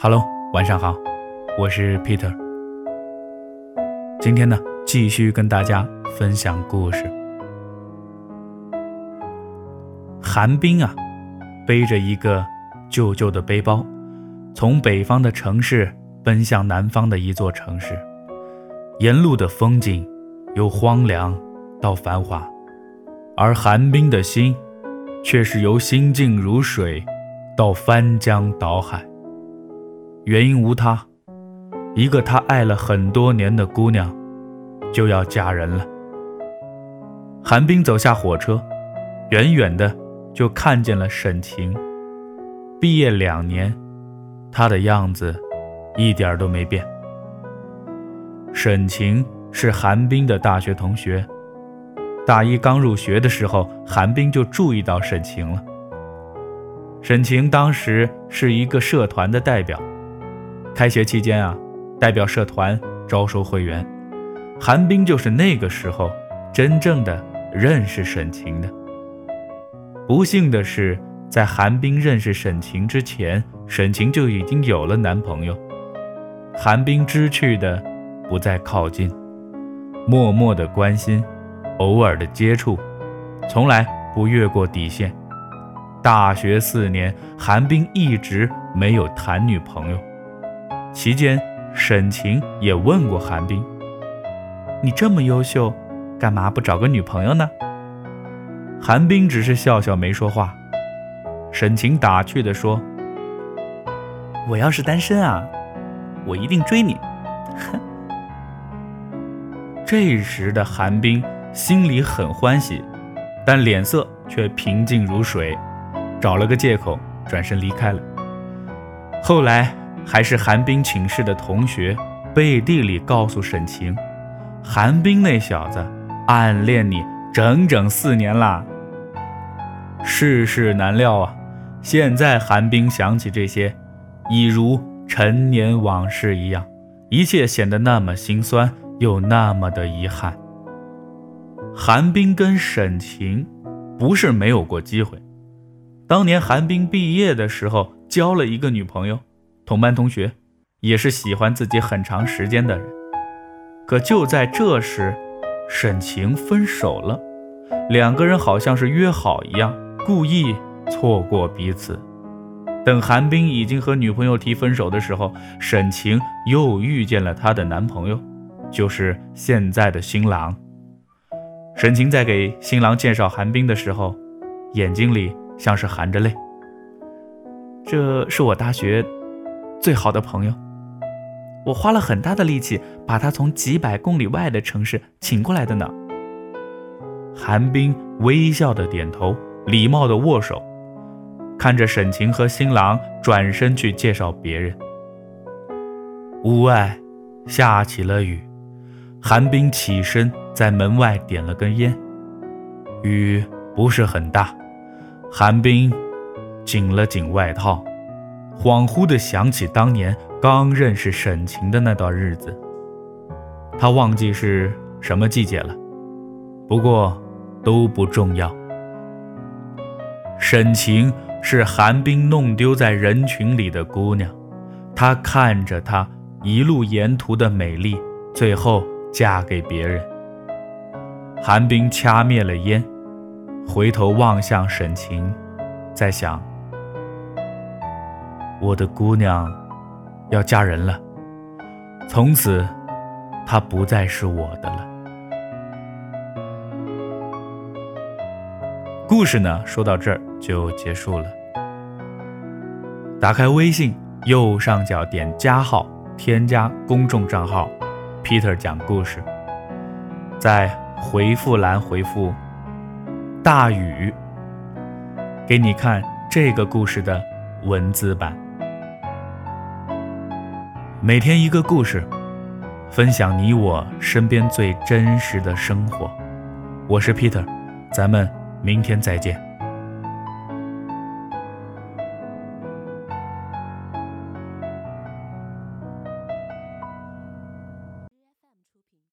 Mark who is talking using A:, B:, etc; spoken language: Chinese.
A: Hello， 晚上好，我是 Peter。今天呢，继续跟大家分享故事。韩冰啊，背着一个旧旧的背包，从北方的城市奔向南方的一座城市。沿路的风景由荒凉到繁华，而韩冰的心却是由心静如水到翻江倒海。原因无他，一个他爱了很多年的姑娘就要嫁人了。韩冰走下火车，远远的就看见了沈晴。毕业2年，她的样子一点都没变。沈晴是韩冰的大学同学，大一刚入学的时候，韩冰就注意到沈晴了。沈晴当时是一个社团的代表，开学期间啊，代表社团招收会员。韩冰就是那个时候真正的认识沈晴的。不幸的是，在韩冰认识沈晴之前，沈晴就已经有了男朋友。韩冰知趣的不再靠近，默默的关心，偶尔的接触，从来不越过底线。大学4年，韩冰一直没有谈女朋友。期间，沈晴也问过韩冰：“你这么优秀，干嘛不找个女朋友呢？”韩冰只是笑笑没说话。沈晴打趣地说：“我要是单身啊，我一定追你。”这时的韩冰心里很欢喜，但脸色却平静如水，找了个借口转身离开了。后来还是韩冰寝室的同学背地里告诉沈晴，韩冰那小子暗恋你整整4年啦。世事难料啊，现在韩冰想起这些，已如陈年往事一样，一切显得那么心酸，又那么的遗憾。韩冰跟沈晴不是没有过机会，当年韩冰毕业的时候交了一个女朋友，同班同学，也是喜欢自己很长时间的人。可就在这时，沈晴分手了，两个人好像是约好一样，故意错过彼此。等韩冰已经和女朋友提分手的时候，沈晴又遇见了她的男朋友，就是现在的新郎。沈晴在给新郎介绍韩冰的时候，眼睛里像是含着泪。这是我大学最好的朋友，我花了很大的力气把他从几百公里外的城市请过来的呢。韩冰微笑的点头，礼貌的握手，看着沈晴和新郎转身去介绍别人。屋外下起了雨，韩冰起身在门外点了根烟。雨不是很大，韩冰紧了紧外套，恍惚地想起当年刚认识沈晴的那段日子。他忘记是什么季节了，不过都不重要。沈晴是韩冰弄丢在人群里的姑娘，他看着她一路沿途的美丽，最后嫁给别人。韩冰掐灭了烟，回头望向沈晴，在想，我的姑娘要嫁人了，从此她不再是我的了。故事呢，说到这儿就结束了。打开微信，右上角点加号，添加公众账号 Peter 讲故事，在回复栏回复大雨，给你看这个故事的文字版。每天一个故事，分享你我身边最真实的生活。我是 Peter，咱们明天再见。